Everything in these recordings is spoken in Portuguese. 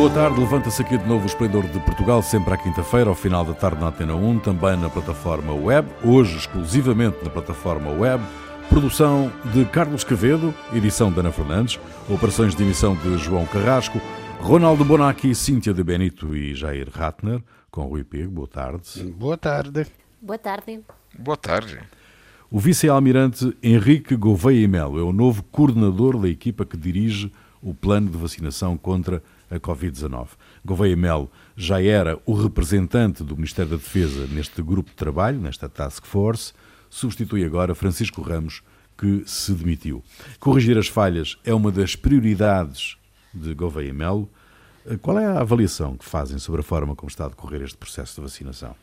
Boa tarde, levanta-se aqui de novo o Esplendor de Portugal, sempre à quinta-feira, ao final da tarde na Antena 1, também na plataforma web, hoje exclusivamente na plataforma web, produção de Carlos Quevedo, edição de Ana Fernandes, operações de emissão de João Carrasco, Ronaldo Bonacci, Cíntia de Benito e Jair Ratner, com Rui Pego. Boa tarde. Boa tarde. Boa tarde. Boa tarde. O vice-almirante Henrique Gouveia e Melo é o novo coordenador da equipa que dirige o plano de vacinação contra a Covid-19. Gouveia e Melo já era o representante do Ministério da Defesa neste grupo de trabalho, nesta task force, substitui agora Francisco Ramos, que se demitiu. Corrigir as falhas é uma das prioridades de Gouveia e Melo. Qual é a avaliação que fazem sobre a forma como está a decorrer este processo de vacinação?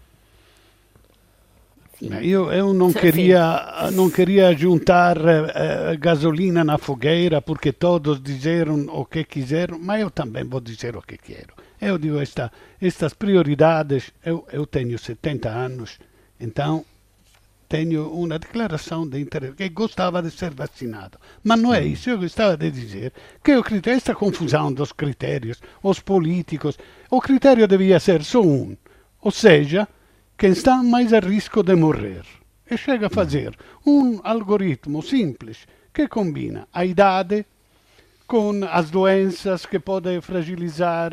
Eu não queria juntar gasolina na fogueira porque todos disseram o que quiseram, mas eu também vou dizer o que quero. Eu digo estas prioridades, eu tenho 70 anos, então tenho uma declaração de interesse, que gostava de ser vacinado. Mas não é isso, eu gostava de dizer que esta confusão dos critérios, os políticos, o critério devia ser só um, ou seja, quem está mais a risco de morrer. E chega a fazer um algoritmo simples que combina a idade com as doenças que podem fragilizar,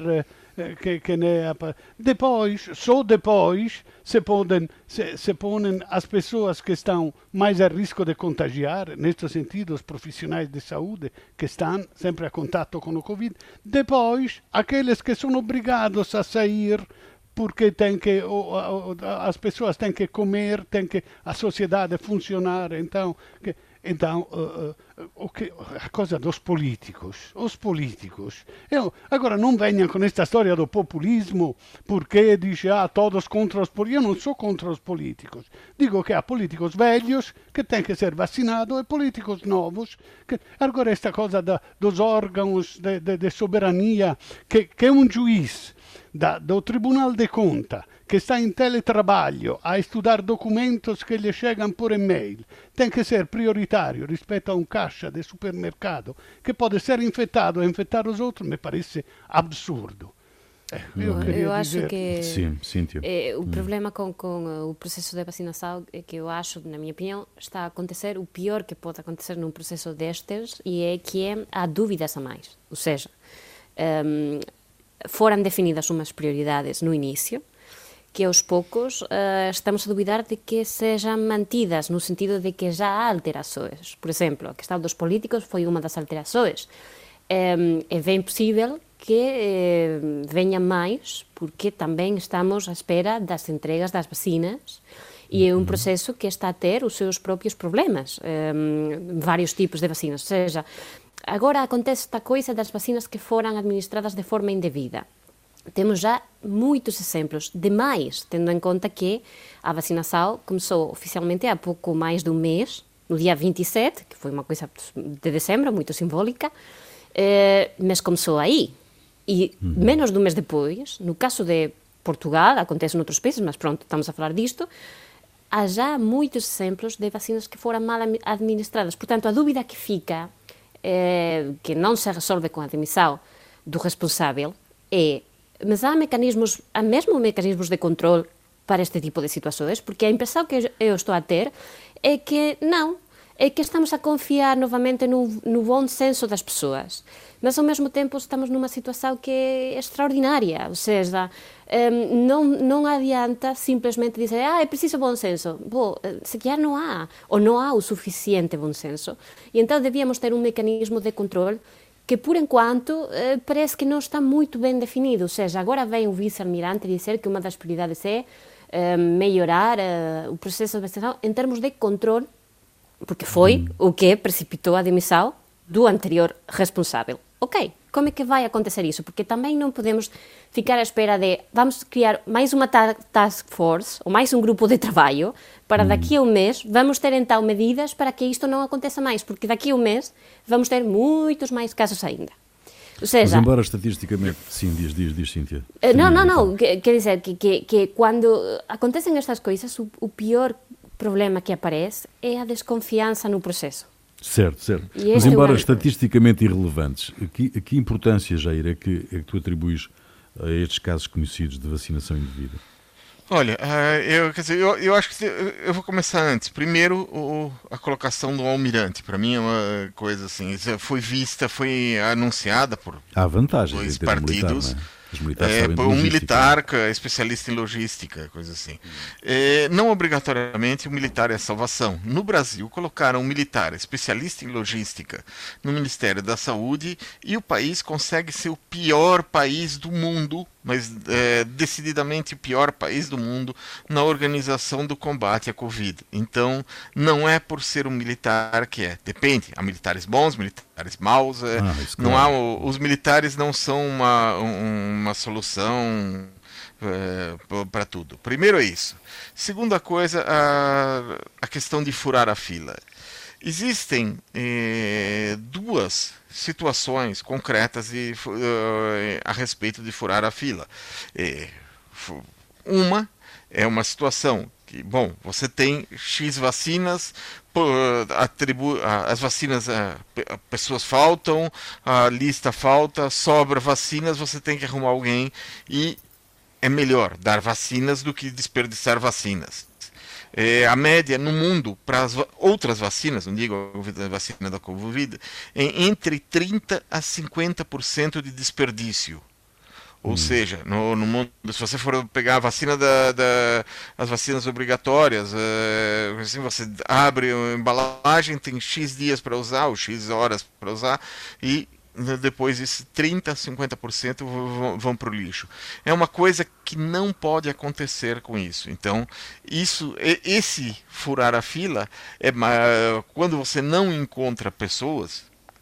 só depois se põem as pessoas que estão mais a risco de contagiar, neste sentido os profissionais de saúde que estão sempre a contato com o Covid, depois aqueles que são obrigados a sair porque as pessoas têm que comer, a sociedade funcionar, então a coisa dos políticos, os políticos. Agora não venham com esta história do populismo, porque diz, todos contra os políticos. Eu não sou contra os políticos. Digo que há políticos velhos que têm que ser vacinados e políticos novos. Agora esta coisa dos órgãos de soberania, que é um juiz do Tribunal de Conta, que está em teletrabalho a estudar documentos que lhe chegam por e-mail, tem que ser prioritário rispetto a um caixa de supermercado que pode ser infectado e infectar os outros, me parece absurdo. Eu acho que Sim, Cíntia. O problema com o processo de vacinação é que eu acho, na minha opinião, está a acontecer o pior que pode acontecer num processo destes, e é que há dúvidas a mais. Ou seja, foram definidas umas prioridades no início, que aos poucos estamos a duvidar de que sejam mantidas, no sentido de que já há alterações. Por exemplo, a questão dos políticos foi uma das alterações. É bem possível que venha mais, porque também estamos à espera das entregas das vacinas, e é um processo que está a ter os seus próprios problemas, vários tipos de vacinas. Ou seja, agora acontece esta coisa das vacinas que foram administradas de forma indevida. Temos já muitos exemplos, demais, tendo em conta que a vacinação começou oficialmente há pouco mais de um mês, no dia 27, que foi uma coisa de dezembro, muito simbólica, mas começou aí. E menos de um mês depois, no caso de Portugal, acontece em outros países, mas pronto, estamos a falar disto, há já muitos exemplos de vacinas que foram mal administradas. Portanto, a dúvida que fica, que não se resolve com a demissão do responsável, mas há mesmo mecanismos de controle para este tipo de situações, porque a impressão que eu estou a ter é que não, é que estamos a confiar novamente no bom senso das pessoas, mas ao mesmo tempo estamos numa situação que é extraordinária, ou seja, não adianta simplesmente dizer, é preciso bom senso. Se calhar não há, ou não há o suficiente bom senso, e então devíamos ter um mecanismo de controle que, por enquanto, parece que não está muito bem definido. Ou seja, agora vem o vice-almirante dizer que uma das prioridades é melhorar o processo de vacinação em termos de controle, porque foi o que precipitou a demissão do anterior responsável. Ok, como é que vai acontecer isso? Porque também não podemos ficar à espera de vamos criar mais uma task force ou mais um grupo de trabalho para daqui a um mês vamos ter então medidas para que isto não aconteça mais, porque daqui a um mês vamos ter muitos mais casos ainda. Ou seja, mas embora estatisticamente... Sim, diz Cíntia. Não. Quer dizer que quando acontecem estas coisas, o pior problema que aparece é a desconfiança no processo. Certo. Mas embora estatisticamente irrelevantes, que importância, Jair, é que tu atribuis a estes casos conhecidos de vacinação indevida? Olha, eu acho que eu vou começar antes. Primeiro, a colocação do almirante. Para mim é uma coisa assim, foi anunciada por há vantagens dois em termo partidos. Militar, não é? Os militares sabem de Um logística. militar que é especialista em logística, coisa assim. Não obrigatoriamente o militar é a salvação. No Brasil, colocaram um militar especialista em logística no Ministério da Saúde e o país consegue ser o pior país do mundo, mas decididamente o pior país do mundo na organização do combate à Covid. Então, não é por ser um militar que é. Depende. Há militares bons, militares maus. Não há, os militares não são uma solução para tudo. Primeiro é isso. Segunda coisa, a questão de furar a fila. Existem duas situações concretas a respeito de furar a fila. Uma é uma situação que, bom, você tem X vacinas, as vacinas, pessoas faltam, a lista falta, sobra vacinas, você tem que arrumar alguém e é melhor dar vacinas do que desperdiçar vacinas. A média no mundo para as outras vacinas, não digo a vacina da Covid, é entre 30% a 50% de desperdício. Ou seja, no mundo, se você for pegar a vacina as vacinas obrigatórias, assim, você abre a embalagem, tem X dias para usar, ou X horas para usar, e depois esses 30% a 50% vão para o lixo. É uma coisa que não pode acontecer com isso. Então, esse furar a fila, quando você não encontra pessoas,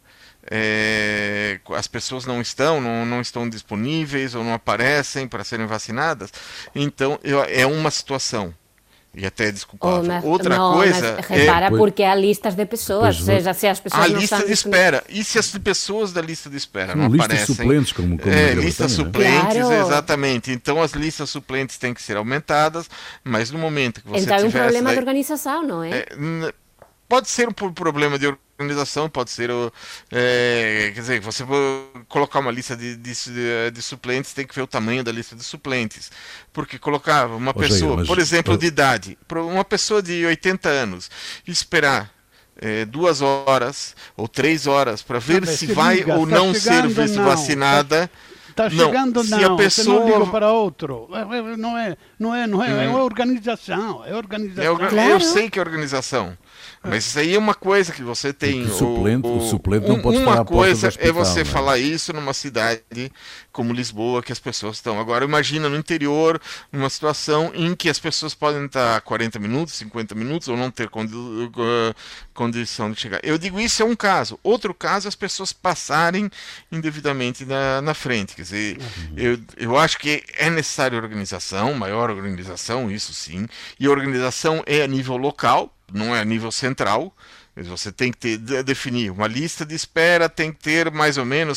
as pessoas não estão disponíveis ou não aparecem para serem vacinadas, então é uma situação. E até desculpável. Outra coisa mas repara, porque há listas de pessoas, ou seja, se as pessoas não lista estão de espera. E se as pessoas da lista de espera não listas aparecem? Suplentes, como listas suplentes, claro. Exatamente. Então as listas suplentes têm que ser aumentadas, mas no momento que você então é um problema de organização, não é? Pode ser um problema de organização, pode ser quer dizer, você colocar uma lista de suplentes, tem que ver o tamanho da lista de suplentes, porque colocar uma pessoa, por exemplo, de idade, uma pessoa de 80 anos, esperar 2 horas ou 3 horas para ver se vai ou não ser vacinada. Está chegando, se a pessoa... se não ligo para outro. Não é organização. É organização. Claro. Eu sei que é organização. Mas isso aí é uma coisa que você tem. O suplente não pode estar à porta do hospital. Uma coisa é você falar isso numa cidade como Lisboa, que as pessoas estão. Agora imagina no interior, numa situação em que as pessoas podem estar 40 minutos, 50 minutos, ou não ter condição de chegar. Eu digo, isso é um caso. Outro caso é as pessoas passarem indevidamente na frente. Quer dizer, eu acho que é necessária organização, maior organização, isso sim. E a organização é a nível local, não é a nível central. Você tem que definir uma lista de espera, tem que ter mais ou menos,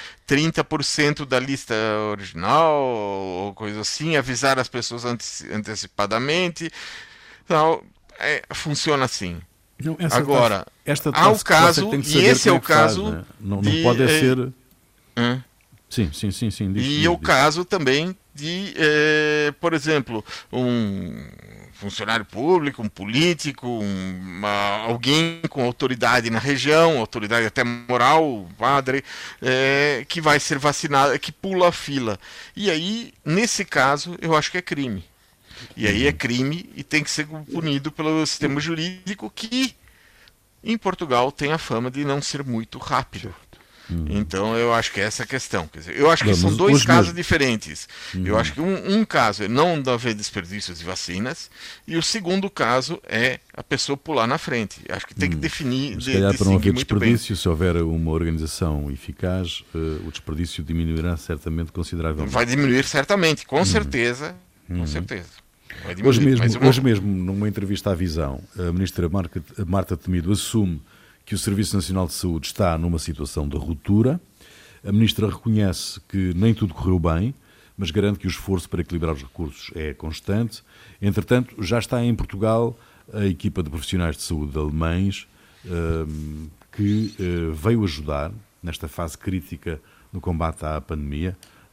30% da lista original, ou coisa assim, avisar as pessoas antecipadamente. Então, funciona assim. Não, agora, há o caso, e esse é o caso... Faz, né? Não pode ser... Sim. E o caso também de, por exemplo, um funcionário público, um político, alguém com autoridade na região, autoridade até moral, padre, que vai ser vacinado, que pula a fila. E aí, nesse caso, eu acho que é crime. E aí é crime e tem que ser punido pelo sistema jurídico, que em Portugal tem a fama de não ser muito rápido. Então eu acho que é essa a questão. Quer dizer, eu acho que são dois casos diferentes. Eu acho que um caso é não haver desperdícios de vacinas, e o segundo caso é a pessoa pular na frente. Acho que tem que definir. Se calhar, para não haver desperdício, se houver uma organização eficaz, o desperdício diminuirá certamente consideravelmente. Vai diminuir certamente, com certeza. Com certeza. Hoje mesmo, numa entrevista à Visão, a ministra Marta Temido assume que o Serviço Nacional de Saúde está numa situação de ruptura. A ministra reconhece que nem tudo correu bem, mas garante que o esforço para equilibrar os recursos é constante. Entretanto, já está em Portugal a equipa de profissionais de saúde alemães que veio ajudar nesta fase crítica no combate à pandemia.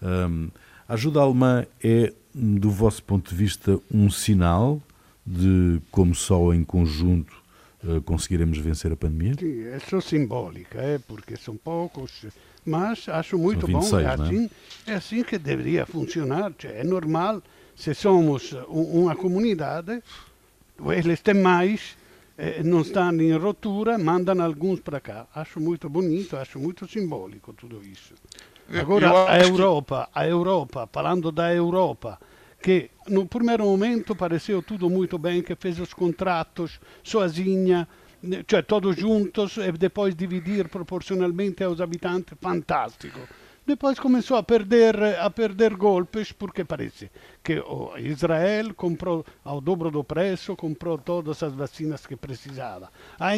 A ajuda alemã é, do vosso ponto de vista, um sinal de como só em conjunto conseguiremos vencer a pandemia? Sim, é só simbólica, porque são poucos, mas acho muito 26, bom. É assim que deveria funcionar. É normal, se somos uma comunidade, eles têm mais, não estão em ruptura, mandam alguns para cá. Acho muito bonito, acho muito simbólico tudo isso. Agora, a Europa, falando da Europa, que no primeiro momento pareceu tudo muito bem, que fez os contratos sozinha, cioè todos juntos, e depois dividir proporcionalmente aos habitantes, fantástico. Depois começou a perder golpes, porque parece que Israel comprou ao dobro do preço, comprou todas as vacinas que precisava.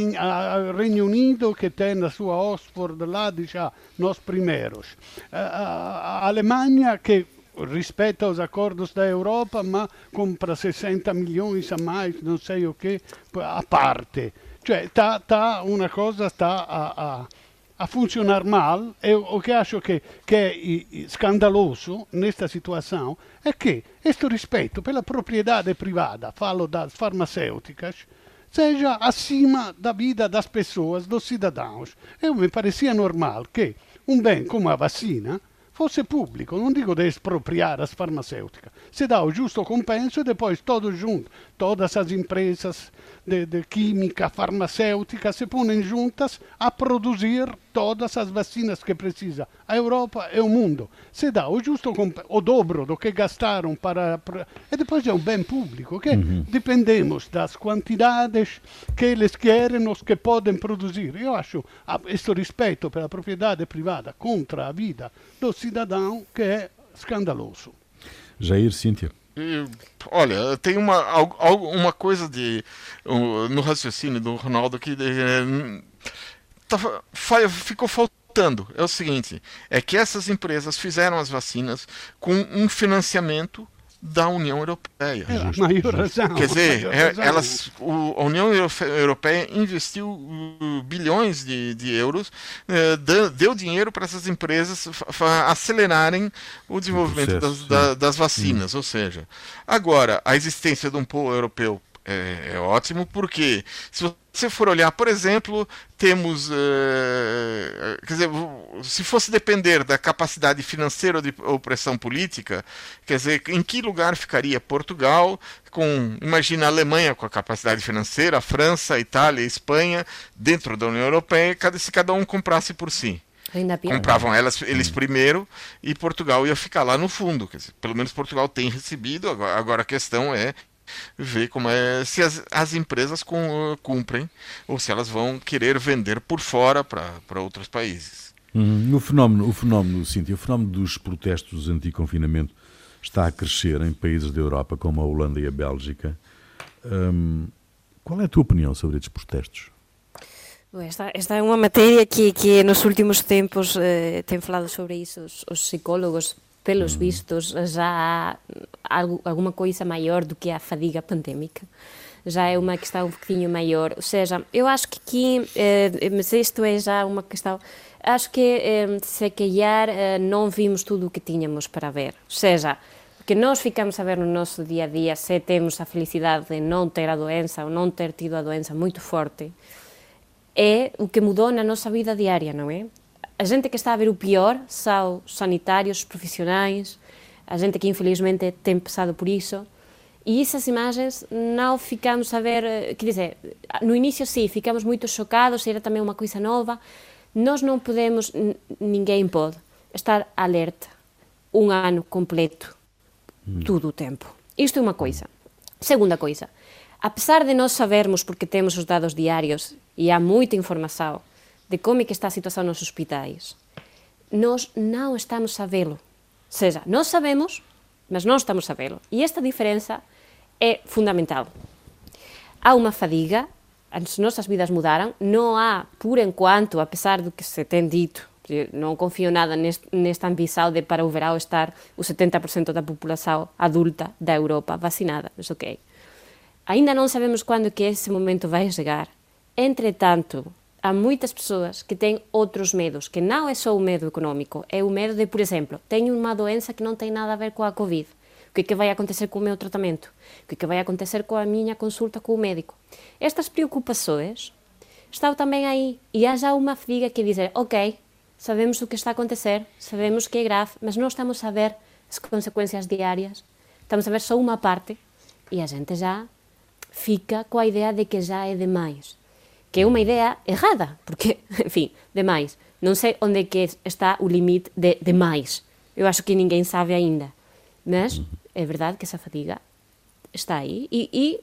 A Reino Unido, que tem a sua Oxford lá, diz, nós primeiros. A Alemanha, que rispetta os acordos da Europa, ma compra 60 milhões a mais, não sei o que, a parte. Cioè, una cosa sta a funcionar mal, e o che acho che è scandaloso nesta situação é que este respeito pela propriedade privada, falo das farmacêuticas, seja acima da vida das pessoas, dos cidadãos. Me parecia normal que bem como a vacina fosse pubblico, non dico di espropriare as farmacêuticas, se dá o justo compenso e depois todos juntos, todas as empresas de química farmacêutica se põem juntas a produzir todas as vacinas que precisa a Europa e o mundo. Se dá o justo compenso, o dobro do que gastaram e depois é um bem público, que dependemos das quantidades que eles querem, os que podem produzir. Eu acho questo rispetto pela propriedade privada contra a vida do cidadão que é escandaloso. Jair, Cíntia. Olha, tem uma coisa no raciocínio do Ronaldo que ficou faltando. É o seguinte, é que essas empresas fizeram as vacinas com um financiamento da União Europeia. Quer dizer, a União Europeia investiu bilhões de euros, deu dinheiro para essas empresas acelerarem o desenvolvimento das vacinas. Ou seja, agora, a existência de um polo europeu é ótimo, porque se você for olhar, por exemplo, temos, quer dizer, se fosse depender da capacidade financeira ou pressão política, quer dizer, em que lugar ficaria Portugal, imagina a Alemanha com a capacidade financeira, a França, a Itália, a Espanha, dentro da União Europeia, se cada um comprasse por si. Compravam eles primeiro e Portugal ia ficar lá no fundo. Quer dizer, pelo menos Portugal tem recebido, agora a questão é ver se as empresas cumprem ou se elas vão querer vender por fora para outros países. O fenómeno, Cíntia, o fenómeno dos protestos anti-confinamento está a crescer em países da Europa como a Holanda e a Bélgica. Qual é a tua opinião sobre estes protestos? Esta é uma matéria que nos últimos tempos têm falado sobre isso os psicólogos. Pelos vistos, já há alguma coisa maior do que a fadiga pandémica. Já é uma questão um bocadinho maior. Ou seja, eu acho que aqui, mas isto é já uma questão, acho que se calhar não vimos tudo o que tínhamos para ver. Ou seja, o que nós ficamos a ver no nosso dia a dia, se temos a felicidade de não ter a doença ou não ter tido a doença muito forte, é o que mudou na nossa vida diária, não é? A gente que está a ver o pior são os sanitários, os profissionais, a gente que infelizmente tem passado por isso. E essas imagens não ficamos a ver, quer dizer, no início sim, ficamos muito chocados, era também uma coisa nova. Nós não podemos, ninguém pode, estar alerta um ano completo, todo o tempo. Isto é uma coisa. Segunda coisa, apesar de nós sabermos, porque temos os dados diários e há muita informação, de como é que está a situação nos hospitais, nós não estamos a vê-lo. Ou seja, nós sabemos, mas não estamos a vê-lo. E esta diferença é fundamental. Há uma fadiga, as nossas vidas mudaram, não há, por enquanto, apesar do que se tem dito, não confio nada nesta ambição de para o verão estar o 70% da população adulta da Europa vacinada, mas ok. Ainda não sabemos quando que esse momento vai chegar. Entretanto, há muitas pessoas que têm outros medos, que não é só o medo econômico, é o medo de, por exemplo, tenho uma doença que não tem nada a ver com a Covid. O que é que vai acontecer com o meu tratamento? O que é que vai acontecer com a minha consulta com o médico? Estas preocupações estão também aí. E há já uma fadiga que dizer, ok, sabemos o que está a acontecer, sabemos que é grave, mas não estamos a ver as consequências diárias, estamos a ver só uma parte e a gente já fica com a ideia de que já é demais. Que é uma ideia errada, porque, enfim, demais. Não sei onde é que está o limite de demais. Eu acho que ninguém sabe ainda. Mas é verdade que essa fadiga está aí e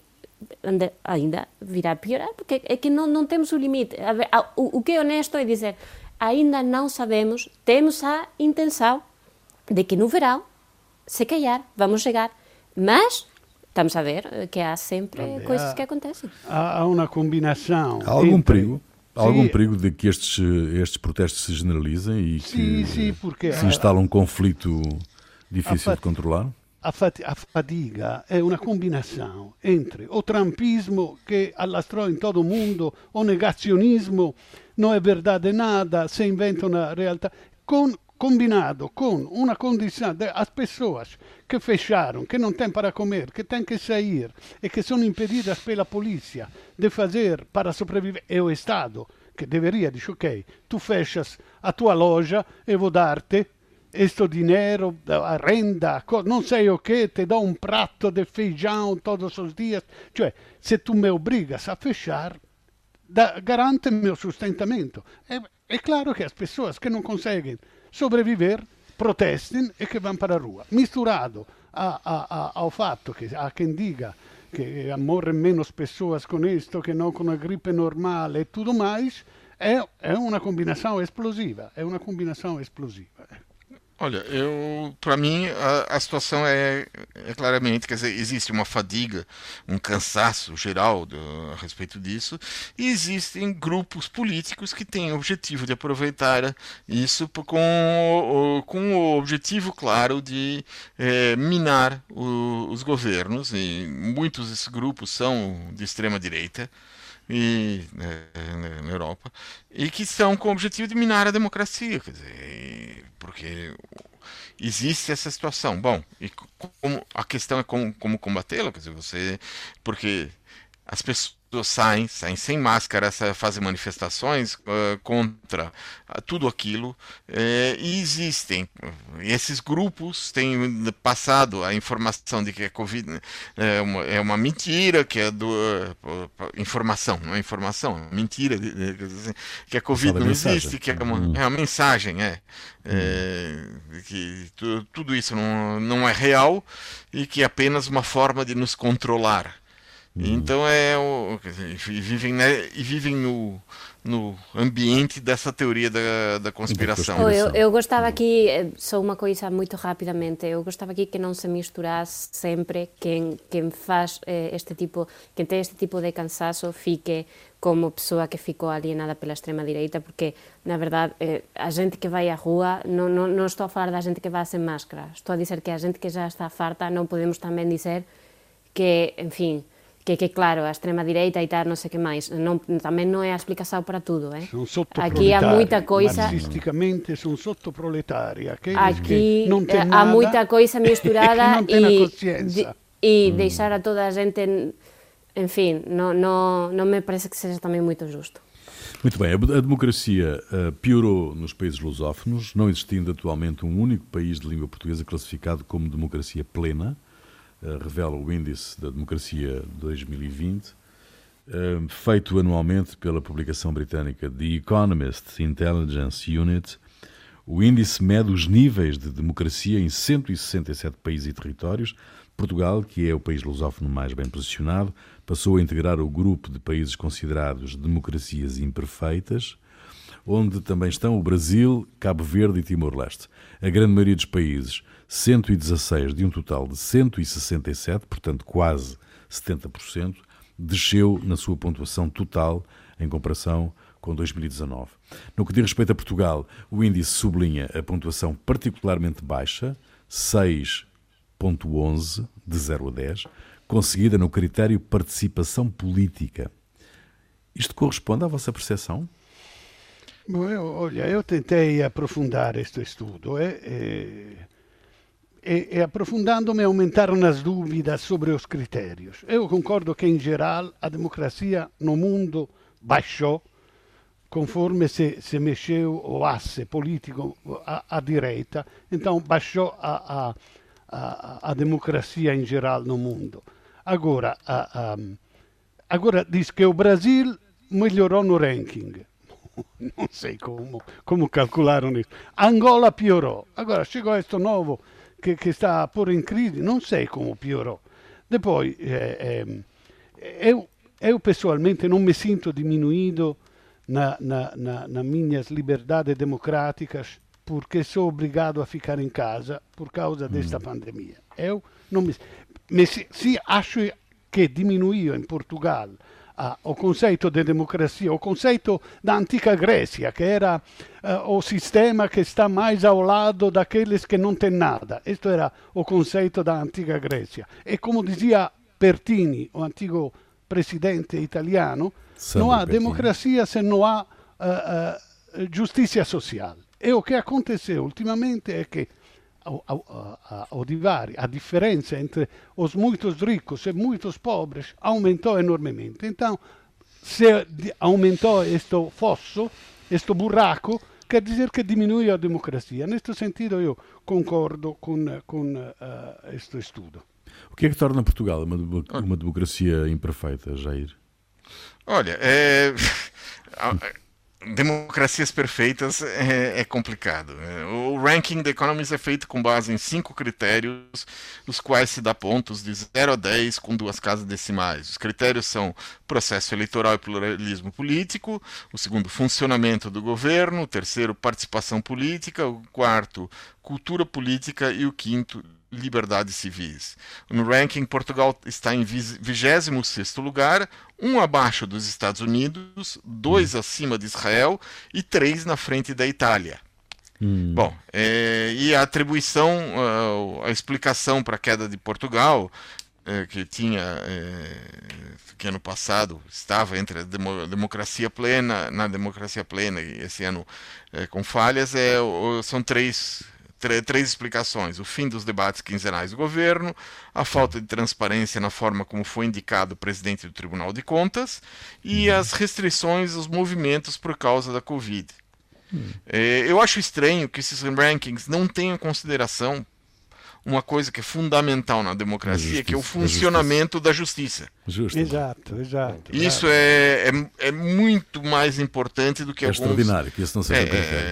ainda virá a piorar, porque é que não temos o limite. O que é honesto é dizer, ainda não sabemos, temos a intenção de que no verão, se calhar, vamos chegar. Mas estamos a ver que há sempre coisas que acontecem. Há uma combinação. Há algum perigo? Há algum perigo de que estes protestos se generalizem e que porque se instale um conflito difícil de controlar? A fadiga è una combinazione entre o trumpismo che allastrò in todo o mundo, o negazionismo, non è verdade nada, se inventa una realtà, combinado com uma condição de as pessoas que fecharam, que não têm para comer, que têm que sair e que são impedidas pela polícia de fazer para sobreviver, é o Estado que deveria dizer, ok, tu fechas a tua loja e vou dar-te este dinheiro, a renda, não sei o que, te dou um prato de feijão todos os dias. Cioè, se tu me obrigas a fechar, garante meu sustentamento. É claro que as pessoas que não conseguem sobreviver protestem e que vão para a rua. Misturado ao fato que há quem diga que morrem menos pessoas com isto que não com a gripe normal e tudo mais, é uma combinação explosiva. É uma combinação explosiva. Olha, para mim, a situação é claramente, quer dizer, existe uma fadiga, um cansaço geral a respeito disso, e existem grupos políticos que têm o objetivo de aproveitar isso com o objetivo claro de minar os governos, e muitos desses grupos são de extrema direita, na Europa, e que são com o objetivo de minar a democracia, quer dizer, porque existe essa situação. Bom, e a questão é como combatê-la, quer dizer, porque as pessoas saem sem máscara, fazem manifestações contra tudo aquilo, e existem. Esses grupos têm passado a informação de que a Covid é uma mentira, que é informação, não é informação, é mentira, que a Covid não existe, que é uma mensagem, que tudo isso não é real e que é apenas uma forma de nos controlar. Então vivem no ambiente dessa teoria da conspiração. Eu gostava aqui, só uma coisa muito rapidamente, eu gostava aqui que não se misturasse sempre quem faz quem tem este tipo de cansaço fique como pessoa que ficou alienada pela extrema-direita, porque, na verdade, a gente que vai à rua, não estou a falar da gente que vai sem máscara, estou a dizer que a gente que já está farta, não podemos também dizer que, enfim, que claro, a extrema-direita e tal, não sei o que mais, também não é a explicação para tudo. Aqui há muita coisa... Marxisticamente são sottoproletários, aqui não têm há nada, muita coisa misturada e Hum. deixar a toda a gente... Enfim, não me parece que seja também muito justo. Muito bem, a democracia piorou nos países lusófonos, não existindo atualmente um único país de língua portuguesa classificado como democracia plena, revela o Índice da Democracia 2020, feito anualmente pela publicação britânica The Economist Intelligence Unit. O índice mede os níveis de democracia em 167 países e territórios. Portugal, que é o país lusófono mais bem posicionado, passou a integrar o grupo de países considerados democracias imperfeitas, onde também estão o Brasil, Cabo Verde e Timor-Leste. A grande maioria dos países, 116 de um total de 167, portanto quase 70%, desceu na sua pontuação total em comparação com 2019. No que diz respeito a Portugal, o índice sublinha a pontuação particularmente baixa, 6,11 de 0 a 10, conseguida no critério participação política. Isto corresponde à vossa percepção? Bom, eu tentei aprofundar este estudo e aprofundando-me aumentaram as dúvidas sobre os critérios. Eu concordo que, em geral, a democracia no mundo baixou conforme se mexeu o asse político à direita, então baixou a democracia em geral no mundo. Agora diz que o Brasil melhorou no ranking. Não sei como calcularam isso. Angola piorou. Agora chegou questo novo que está a pôr em crise, não sei como piorou. Depois, eu pessoalmente não me sinto diminuído nas minhas liberdades democráticas porque sou obrigado a ficar em casa por causa desta pandemia. Eu não se acho que diminuiu em Portugal o conceito de democracia, o conceito da antiga Grécia, que era o sistema que está mais ao lado daqueles que não têm nada. Este era o conceito da antiga Grécia. E como dizia Pertini, o antigo presidente italiano, não há democracia se não há giustizia social. E o que aconteceu ultimamente é que a differenza entre os muito ricos e muitos pobres aumentou enormemente. Então, se aumentou este fosso, este buraco, quer dizer que diminuiu a democracia. Neste sentido, eu concordo com este estudo. O que é que torna Portugal uma democracia imperfeita, Jair? Olha, democracias perfeitas é complicado. O ranking The Economist é feito com base em 5 critérios, os quais se dá pontos de 0 a 10 com 2 casas decimais. Os critérios são processo eleitoral e pluralismo político, o segundo, funcionamento do governo, o terceiro, participação política, o quarto, cultura política e o quinto, liberdades civis. No ranking, Portugal está em 26º lugar, 1 abaixo dos Estados Unidos, 2 acima de Israel e 3 na frente da Itália. Bom, e a atribuição, a explicação para a queda de Portugal, que ano passado estava entre a democracia plena, na democracia plena e esse ano com falhas, são três explicações: o fim dos debates quinzenais do governo, a falta de transparência na forma como foi indicado o presidente do Tribunal de Contas e as restrições aos movimentos por causa da Covid. Eu acho estranho que esses rankings não tenham em consideração uma coisa que é fundamental na democracia, que é o funcionamento da justiça. Exato. Isso é muito mais importante do que alguns... extraordinário que isso não seja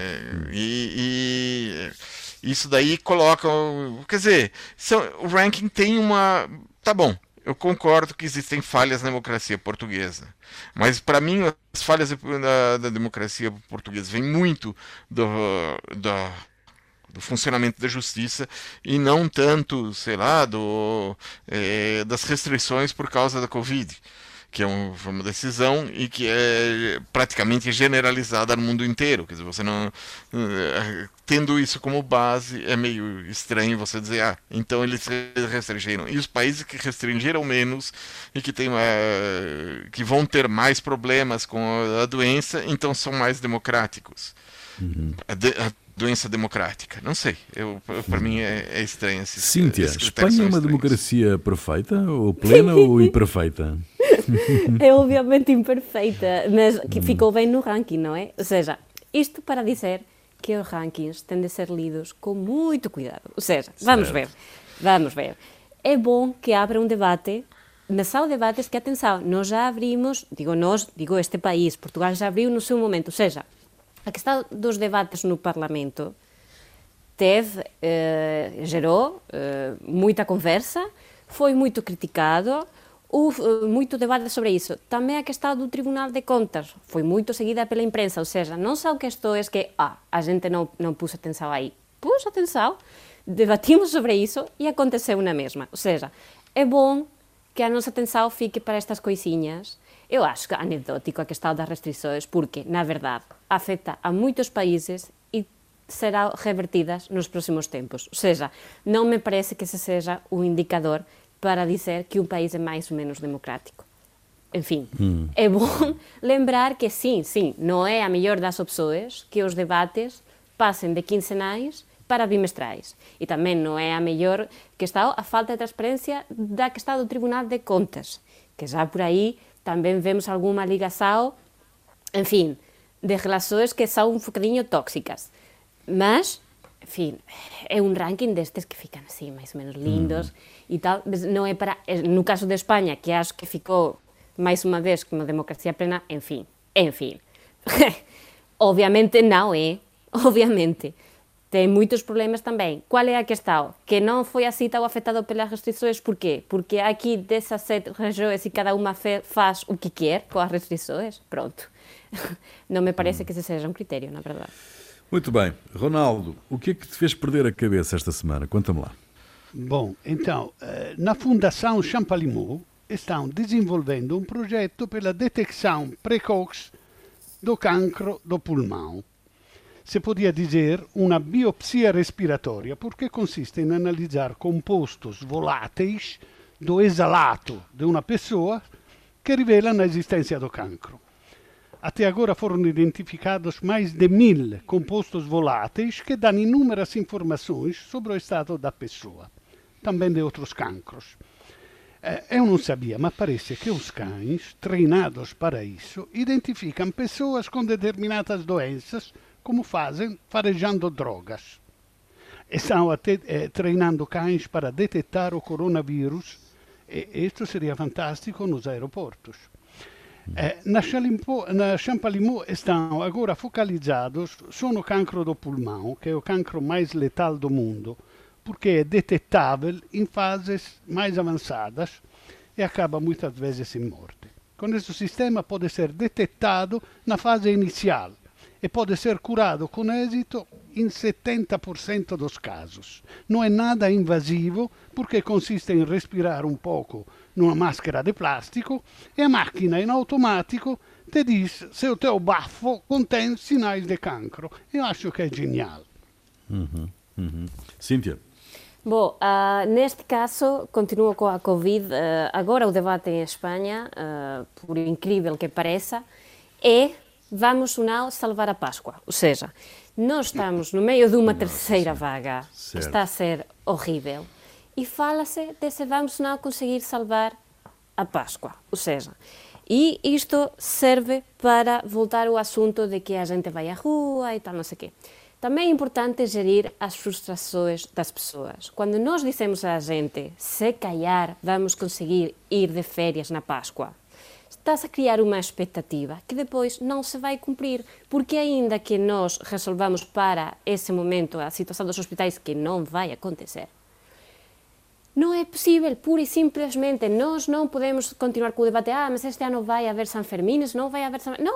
isso daí coloca... Quer dizer, o ranking tem uma... Tá bom, eu concordo que existem falhas na democracia portuguesa. Mas, para mim, as falhas da democracia portuguesa vêm muito do funcionamento da justiça e não tanto, sei lá, das restrições por causa da Covid, que foi uma decisão e que é praticamente generalizada no mundo inteiro. Quer dizer, você não... Tendo isso como base, é meio estranho você dizer, então eles restringiram. E os países que restringiram menos e que vão ter mais problemas com a doença, então são mais democráticos. A doença democrática. Não sei. Para mim é estranho. Cíntia, Espanha é uma democracia perfeita, ou plena, ou imperfeita? É obviamente imperfeita, mas que ficou bem no ranking, não é? Ou seja, isto para dizer que os rankings têm de ser lidos com muito cuidado. Ou seja, vamos ver. É bom que abra um debate, mas há debates que, atenção, nós já abrimos, digo este país, Portugal já abriu no seu momento, ou seja, a questão dos debates no Parlamento gerou muita conversa, foi muito criticado, houve muito debate sobre isso. Também a questão do Tribunal de Contas foi muito seguida pela imprensa, ou seja, não só que isto é que a gente não pôs atenção aí. Pôs atenção, debatimos sobre isso e aconteceu na mesma. Ou seja, é bom que a nossa atenção fique para estas coisinhas. Eu acho que é anedótico a questão das restrições, porque, na verdade, afeta a muitos países e serão revertidas nos próximos tempos. Ou seja, não me parece que esse seja um indicador para dizer que um país é mais ou menos democrático. enfim, é bom lembrar que sim, não é a melhor das opções que os debates passem de quinzenais para bimestrais. E também não é a melhor questão a falta de transparência da questão do Tribunal de Contas, que já por aí também vemos alguma ligação, enfim, de relações que são um bocadinho tóxicas. Mas, enfim, é um ranking destes que ficam assim, mais ou menos lindos e tal. Não é para, no caso de Espanha, que acho que ficou mais uma vez como democracia plena, enfim. Obviamente não é, obviamente. Tem muitos problemas também. Qual é a questão? Que não foi assim tão afetado pelas restrições. Por quê? Porque aqui 17 regiões e cada uma faz o que quer com as restrições. Pronto. Não me parece que esse seja um critério, na verdade. Muito bem. Ronaldo, o que é que te fez perder a cabeça esta semana? Conta-me lá. Bom, então, na Fundação Champalimaud estão desenvolvendo um projeto pela detecção precoce do cancro do pulmão. Se podia dizer uma biopsia respiratória, porque consiste em analisar compostos voláteis do exalato de uma pessoa que revelam a existência do cancro. Até agora foram identificados mais de 1000 compostos voláteis que dão inúmeras informações sobre o estado da pessoa, também de outros cancros. Eu não sabia, mas parece que os cães, treinados para isso, identificam pessoas com determinadas doenças, como fazem farejando drogas. Estão treinando cães para detectar o coronavírus, e isto seria fantástico nos aeroportos. Na Champalimaud estão agora focalizados no cancro do pulmão, que é o cancro mais letal do mundo, porque é detectável em fases mais avançadas e acaba muitas vezes em morte. Com esse sistema pode ser detectado na fase inicial e pode ser curado com êxito em 70% dos casos. Não é nada invasivo, porque consiste em respirar um pouco numa máscara de plástico e a máquina, em automático, te diz se o teu bafo contém sinais de cancro. Eu acho que é genial. Cíntia? Bom, neste caso, continuo com a Covid. Agora o debate em Espanha, por incrível que pareça, é vamos ou não salvar a Páscoa. Ou seja, nós estamos no meio de uma terceira vaga, que está a ser horrível, e fala-se de se vamos ou não conseguir salvar a Páscoa. Ou seja, e isto serve para voltar ao assunto de que a gente vai à rua e tal, não sei o quê. Também é importante gerir as frustrações das pessoas. Quando nós dissemos à gente, se calhar vamos conseguir ir de férias na Páscoa, estás a criar uma expectativa que depois não se vai cumprir, porque ainda que nós resolvamos para esse momento a situação dos hospitais, que não vai acontecer, não é possível, pura e simplesmente, nós não podemos continuar com o debate, mas este ano vai haver Sanfermines, não vai haver,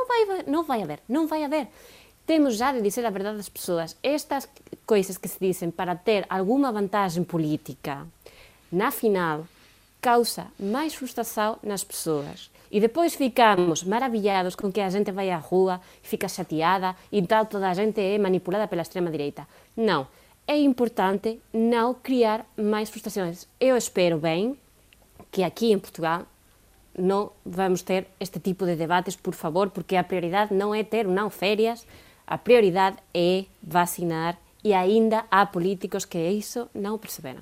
não vai haver. Temos já de dizer a verdade às pessoas. Estas coisas que se dizem para ter alguma vantagem política, na final, causa mais frustração nas pessoas. E depois ficamos maravilhados com que a gente vai à rua, fica chateada e tal, toda a gente é manipulada pela extrema-direita. Não. É importante não criar mais frustrações. Eu espero bem que aqui em Portugal não vamos ter este tipo de debates, por favor, porque a prioridade não é ter ou não férias, a prioridade é vacinar e ainda há políticos que isso não perceberam.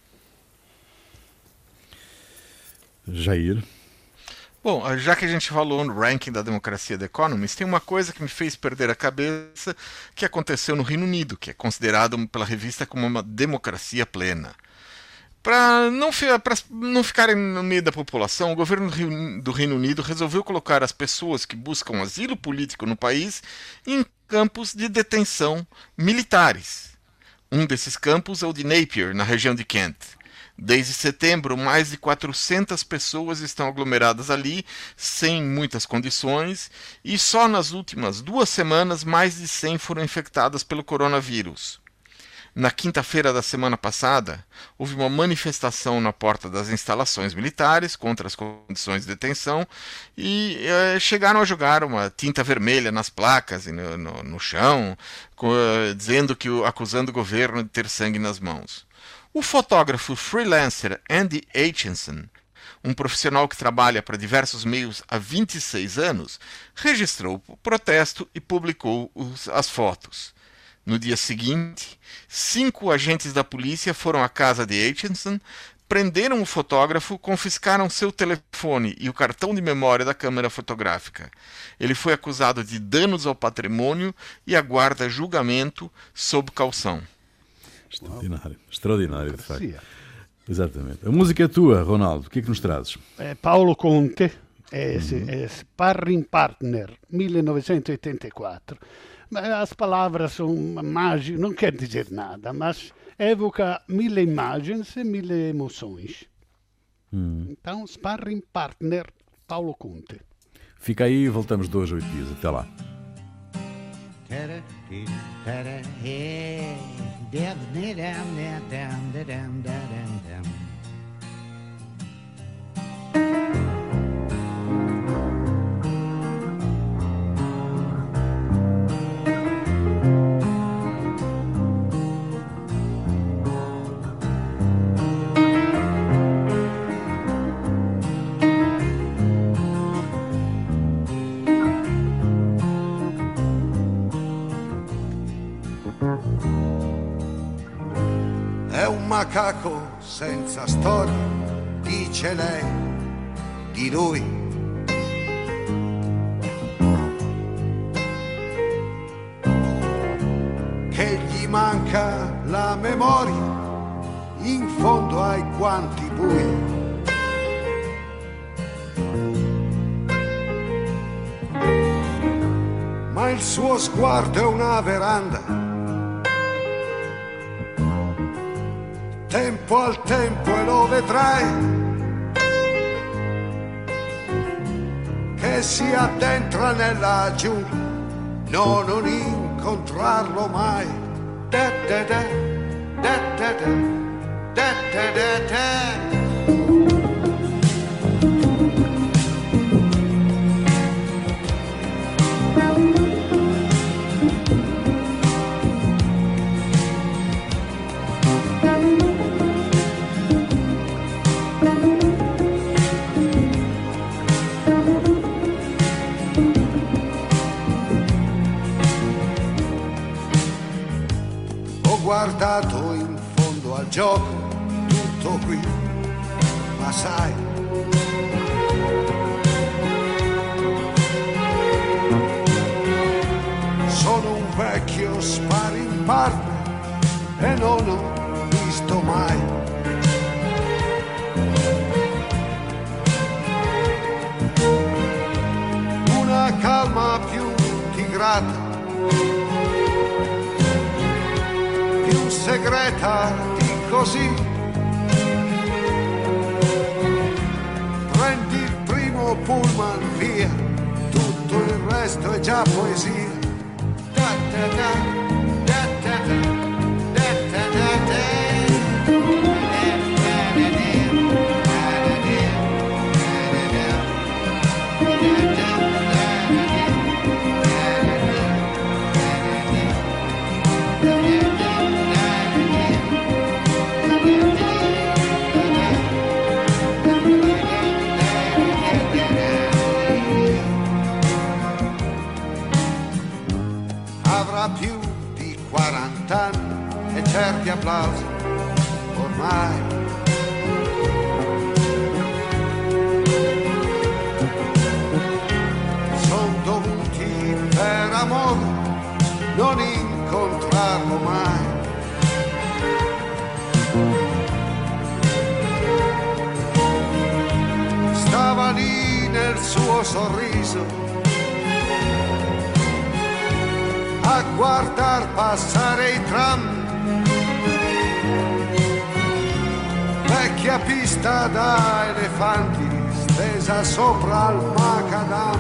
Jair? Bom, já que a gente falou no ranking da democracia The Economist, tem uma coisa que me fez perder a cabeça que aconteceu no Reino Unido, que é considerado pela revista como uma democracia plena. Para não ficarem no meio da população, o governo do Reino Unido resolveu colocar as pessoas que buscam asilo político no país em campos de detenção militares. Um desses campos é o de Napier, na região de Kent. Desde setembro, mais de 400 pessoas estão aglomeradas ali, sem muitas condições, e só nas últimas 2 semanas, mais de 100 foram infectadas pelo coronavírus. Na quinta-feira da semana passada, houve uma manifestação na porta das instalações militares contra as condições de detenção e chegaram a jogar uma tinta vermelha nas placas e no chão, acusando o governo de ter sangue nas mãos. O fotógrafo freelancer Andy Aitchison um profissional que trabalha para diversos meios há 26 anos, registrou o protesto e publicou as fotos. No dia seguinte, 5 agentes da polícia foram à casa de Aitchison, prenderam o fotógrafo, confiscaram seu telefone e o cartão de memória da câmera fotográfica. Ele foi acusado de danos ao patrimônio e aguarda julgamento sob caução. Extraordinário, de facto. Exatamente. A música é tua, Ronaldo. O que é que nos trazes? Paolo Conte, Sparring Partner, 1984. As palavras são mágicas, não quer dizer nada, mas evoca 1000 imagens e 1000 emoções. Então, Sparring Partner, Paolo Conte. Fica aí e voltamos 2 a 8 dias. Até lá. È un macaco senza storia, dice lei di lui. Che gli manca la memoria in fondo ai guanti bui. Ma il suo sguardo è una veranda. Tempo al tempo e lo vedrai che si addentra nella giungla, no, non incontrarlo mai. Da da da, da da da, da da da da. Guardato in fondo al gioco, tutto qui, ma sai, sono un vecchio sparring partner e non ho visto mai una calma più tigrata, segreta di così. Prendi il primo pullman via, tutto il resto è già poesia. Da da da, da da da, da da da da. Più di 40 anni e certi applausi ormai son dovuti per amore non incontrarlo mai. Stava lì nel suo sorriso a guardar passare i tram, vecchia pista da elefanti stesa sopra il macadam.